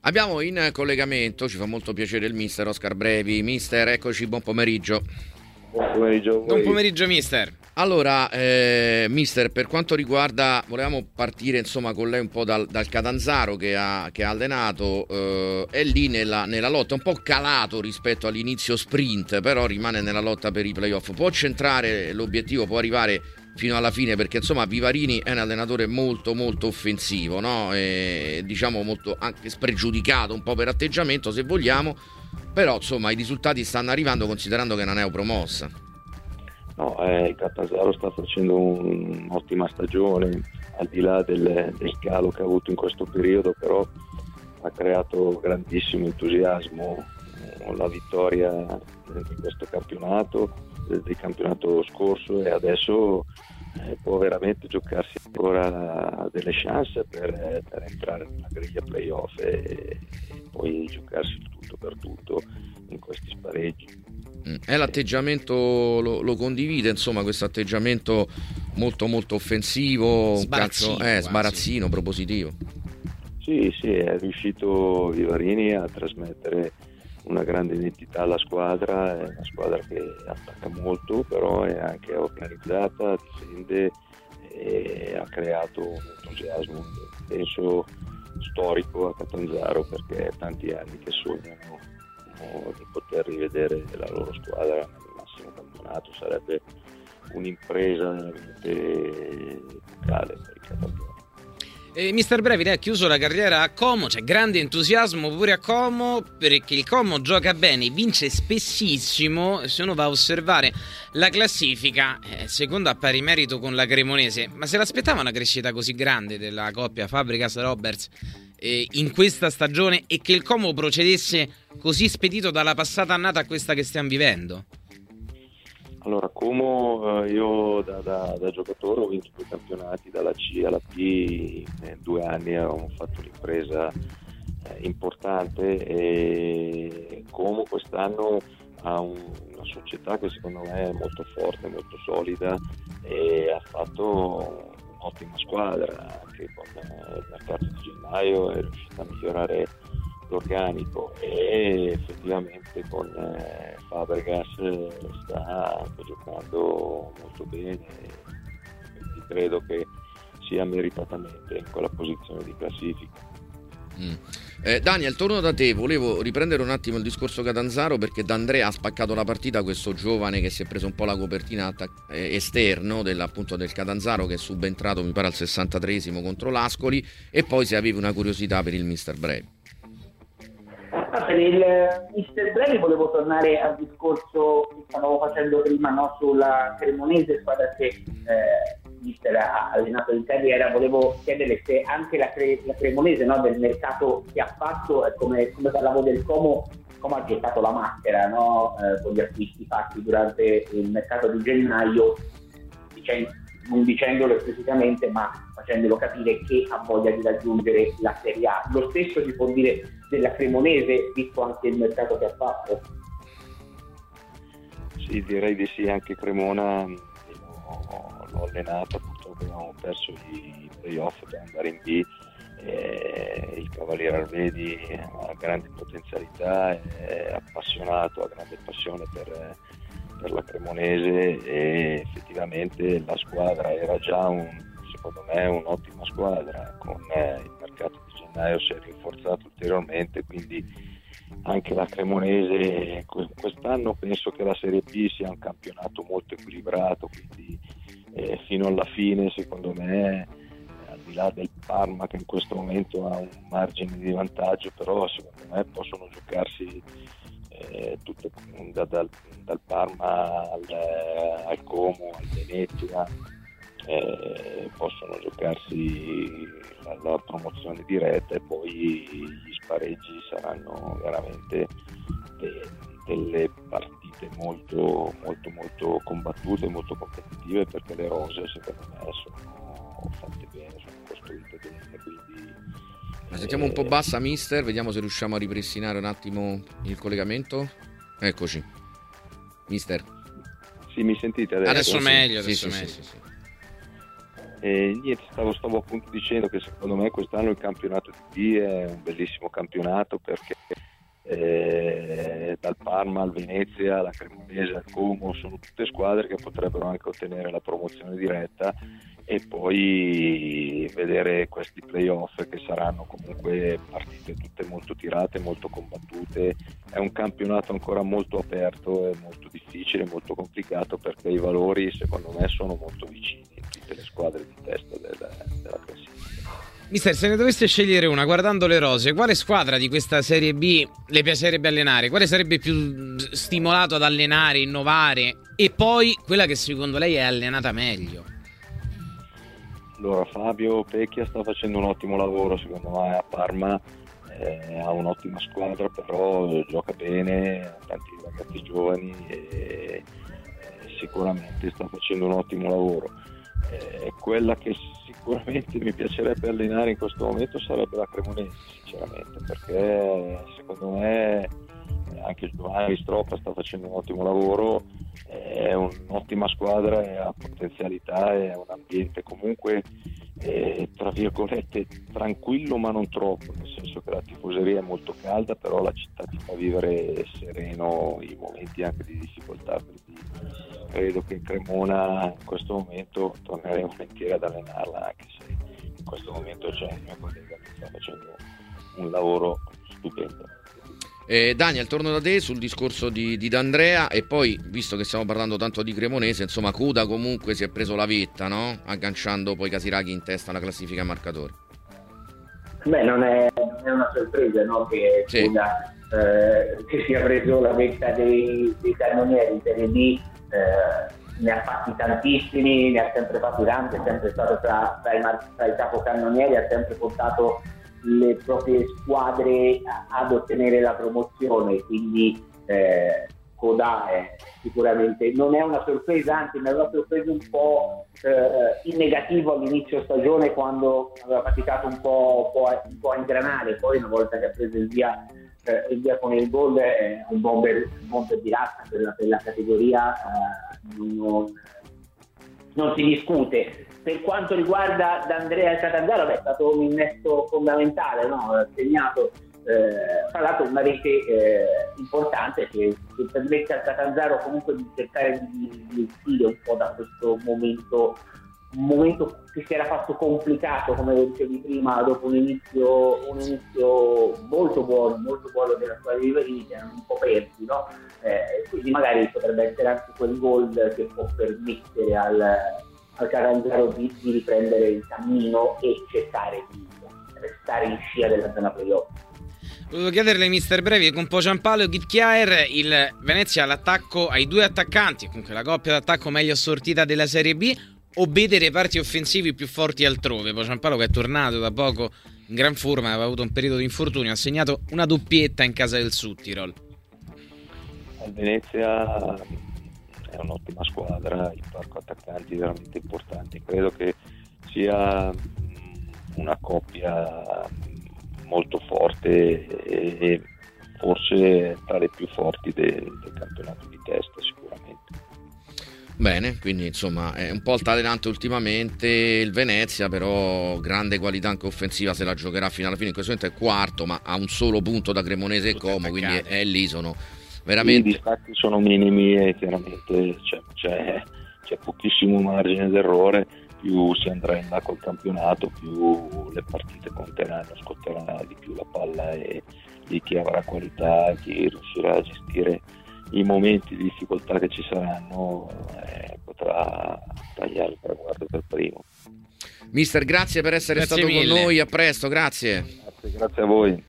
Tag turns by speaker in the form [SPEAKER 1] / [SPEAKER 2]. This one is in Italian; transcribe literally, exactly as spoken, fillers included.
[SPEAKER 1] Abbiamo in collegamento, ci fa molto piacere, il mister Oscar Brevi. Mister, eccoci, buon pomeriggio.
[SPEAKER 2] Buon pomeriggio.
[SPEAKER 3] Buon pomeriggio, mister.
[SPEAKER 1] Allora, eh, mister, per quanto riguarda, volevamo partire insomma con lei un po' dal, dal Catanzaro che ha, che ha allenato, eh, è lì nella, nella lotta, un po' calato rispetto all'inizio sprint, però rimane nella lotta per i playoff. Può centrare l'obiettivo, può arrivare fino alla fine, perché insomma Vivarini è un allenatore molto molto offensivo, no? E, diciamo molto anche spregiudicato un po' per atteggiamento, se vogliamo, però insomma i risultati stanno arrivando considerando che è una neopromossa.
[SPEAKER 2] No, eh, il Catanzaro sta facendo un, un'ottima stagione, al di là del, del calo che ha avuto in questo periodo, però ha creato grandissimo entusiasmo. La vittoria di questo campionato, del campionato scorso, e adesso eh, può veramente giocarsi ancora delle chance per, per entrare nella griglia playoff e, e poi giocarsi il tutto per tutto in questi spareggi.
[SPEAKER 1] È l'atteggiamento, lo, lo condivide, insomma, questo atteggiamento molto molto offensivo, un calcio eh, sbarazzino, propositivo.
[SPEAKER 2] Sì, sì, è riuscito Vivarini a trasmettere una grande identità alla squadra, è una squadra che attacca molto, però è anche organizzata, difende e ha creato un entusiasmo, penso, storico a Catanzaro, perché è tanti anni che sognano di poter rivedere la loro squadra nel massimo campionato. Sarebbe un'impresa veramente epocale per il Catanzaro.
[SPEAKER 3] Eh, mister Brevi, lei ha chiuso la carriera a Como, c'è grande entusiasmo pure a Como, perché il Como gioca bene, vince spessissimo. Se uno va a osservare la classifica, eh, seconda a pari merito con la Cremonese. Ma se l'aspettava una crescita così grande della coppia Fabregas-Roberts eh, in questa stagione, e che il Como procedesse così spedito dalla passata annata a questa che stiamo vivendo?
[SPEAKER 2] Allora, Como, eh, io da, da, da giocatore ho vinto due campionati, dalla C alla P, in due anni avevamo fatto un'impresa eh, importante, e Como quest'anno ha un, una società che secondo me è molto forte, molto solida, e ha fatto un'ottima squadra. Anche con eh, il mercato di gennaio è riuscita a migliorare l'organico, e effettivamente con eh, Fabregas sta anche giocando molto bene, quindi credo che sia meritatamente in quella posizione di classifica.
[SPEAKER 1] Mm. Eh, Daniel, torno da te, volevo riprendere un attimo il discorso Catanzaro, perché D'Andrea ha spaccato la partita, questo giovane che si è preso un po' la copertina attac- eh, esterno del, appunto, del Catanzaro, che è subentrato mi pare al sessantatreesimo contro l'Ascoli, e poi se avevi una curiosità per il mister Brevi.
[SPEAKER 4] Ah, per il mister Brevi volevo tornare al discorso che stavamo facendo prima, no, sulla Cremonese, squadra che eh, il mister ha allenato in carriera. Volevo chiedere se anche la, Cre- la Cremonese, no, del mercato che ha fatto, eh, come, come parlavo del Como, come ha gettato la maschera, no, eh, con gli acquisti fatti durante il mercato di gennaio, dicendo, non dicendolo esplicitamente, ma facendolo capire che ha voglia di raggiungere la Serie A. Lo stesso si può dire della Cremonese, visto anche il mercato che ha fatto?
[SPEAKER 2] Sì, direi di sì. Anche Cremona l'ho, l'ho allenata, purtroppo abbiamo perso i playoff per andare in B. Eh, il Cavaliere Arvedi ha grande potenzialità, è appassionato, ha grande passione per per la Cremonese, e effettivamente la squadra era già un, secondo me, un'ottima squadra. Con eh, il mercato di gennaio si è rinforzato ulteriormente, quindi anche la Cremonese quest'anno penso che la Serie B sia un campionato molto equilibrato, quindi eh, fino alla fine secondo me, al di là del Parma che in questo momento ha un margine di vantaggio, però secondo me possono giocarsi Eh, tutte, da, dal, dal Parma al, al Como, al Venezia, eh, possono giocarsi la, la promozione diretta, e poi gli spareggi saranno veramente de, delle partite molto molto molto combattute, molto competitive, perché le rose secondo me sono fatte bene, sono costruite bene, quindi
[SPEAKER 1] La sentiamo un po' bassa, mister, vediamo se riusciamo a ripristinare un attimo il collegamento. Eccoci, mister.
[SPEAKER 2] Sì, mi sentite adesso?
[SPEAKER 3] Adesso meglio, adesso
[SPEAKER 1] sì,
[SPEAKER 3] meglio.
[SPEAKER 1] Sì, sì, sì.
[SPEAKER 2] E niente, stavo, stavo appunto dicendo che secondo me quest'anno il campionato di B è un bellissimo campionato, perché eh, dal Parma al Venezia, alla Cremonese, al Como, sono tutte squadre che potrebbero anche ottenere la promozione diretta, e poi vedere questi playoff che saranno comunque partite tutte molto tirate, molto combattute. È un campionato ancora molto aperto e molto difficile, molto complicato, perché i valori secondo me sono molto vicini in tutte le squadre di testa della, della classifica.
[SPEAKER 3] Mister, se ne doveste scegliere una, guardando le rose, quale squadra di questa Serie B le piacerebbe allenare? Quale sarebbe più stimolato ad allenare, innovare? E poi quella che secondo lei è allenata meglio?
[SPEAKER 2] Allora, Fabio Pecchia sta facendo un ottimo lavoro secondo me a Parma, eh, ha un'ottima squadra, però gioca bene, ha tanti ragazzi giovani e eh, sicuramente sta facendo un ottimo lavoro. Eh, quella che sicuramente mi piacerebbe allenare in questo momento sarebbe la Cremonese, sinceramente, perché secondo me anche Giovanni Stroppa sta facendo un ottimo lavoro, è un'ottima squadra e ha potenzialità e ha un ambiente comunque eh, tra virgolette tranquillo, ma non troppo, nel senso che la tifoseria è molto calda, però la città ti fa vivere sereno i momenti anche di difficoltà. Quindi credo che Cremona in questo momento torneremo volentieri ad allenarla, anche se in questo momento c'è il mio collega che sta facendo un lavoro stupendo.
[SPEAKER 1] Eh, Daniel, torno da te sul discorso di, di D'Andrea, e poi, visto che stiamo parlando tanto di Cremonese, insomma Cuda comunque si è preso la vetta, no? Agganciando poi Casiraghi in testa alla classifica marcatori.
[SPEAKER 4] Beh, non è, non è una sorpresa, no? Che
[SPEAKER 1] sì.
[SPEAKER 4] Cuda eh, che sia preso la vetta dei, dei cannonieri in Serie B, eh, ne ha fatti tantissimi, ne ha sempre fatti tanti, è sempre stato tra, tra, i, tra i capocannonieri, ha sempre portato le proprie squadre ad ottenere la promozione, quindi eh, Cuda è sicuramente non è una sorpresa, anzi mi aveva sorpreso un po' eh, in negativo all'inizio stagione, quando aveva faticato un po', un po', a, un po' a ingranare, poi una volta che ha preso il via, eh, il via con il gol è un bomber, un bomber di razza per la, per la categoria, eh, non, non si discute. Per quanto riguarda D'Andrea Catanzaro, beh, è stato un innesto fondamentale, no? Ha segnato, eh, tra l'altro, una rete eh, importante che, che permette al Catanzaro comunque di cercare di, di uscire un po' da questo momento, un momento che si era fatto complicato, come dicevi prima, dopo un inizio, un inizio molto buono, molto buono della squadra di Verini, che erano un po' persi, no? Eh, quindi magari potrebbe essere anche quel gol che può permettere al al Catanzaro di, di riprendere il cammino e cercare di restare in scia della zona playoff.
[SPEAKER 3] Volevo chiederle, mister Brevi, con Pociampalo e Ghitchiaer, il Venezia all'attacco, ai due attaccanti, comunque la coppia d'attacco meglio assortita della Serie B, o vede reparti offensivi più forti altrove? Pociampalo, che è tornato da poco in gran forma, aveva avuto un periodo di infortunio, ha segnato una doppietta in casa del Südtirol.
[SPEAKER 2] Al Venezia è un'ottima squadra, il parco attaccanti veramente importanti, credo che sia una coppia molto forte e forse tra le più forti del, del campionato di testa sicuramente.
[SPEAKER 1] Bene, quindi insomma è un po' altalenante ultimamente il Venezia, però grande qualità anche offensiva, se la giocherà fino alla fine. In questo momento è quarto, ma ha un solo punto da Cremonese e Como, quindi è, è lì, sono veramente...
[SPEAKER 2] I distacchi sono minimi e chiaramente c'è, c'è, c'è pochissimo margine d'errore, più si andrà in là col campionato, più le partite conteranno, scotterà di più la palla e di chi avrà qualità, chi riuscirà a gestire i momenti di difficoltà che ci saranno, eh, potrà tagliare il traguardo per primo.
[SPEAKER 1] Mister, grazie per essere
[SPEAKER 3] Grazie
[SPEAKER 1] stato
[SPEAKER 3] mille.
[SPEAKER 1] con noi, a presto, grazie.
[SPEAKER 2] Grazie, grazie a voi.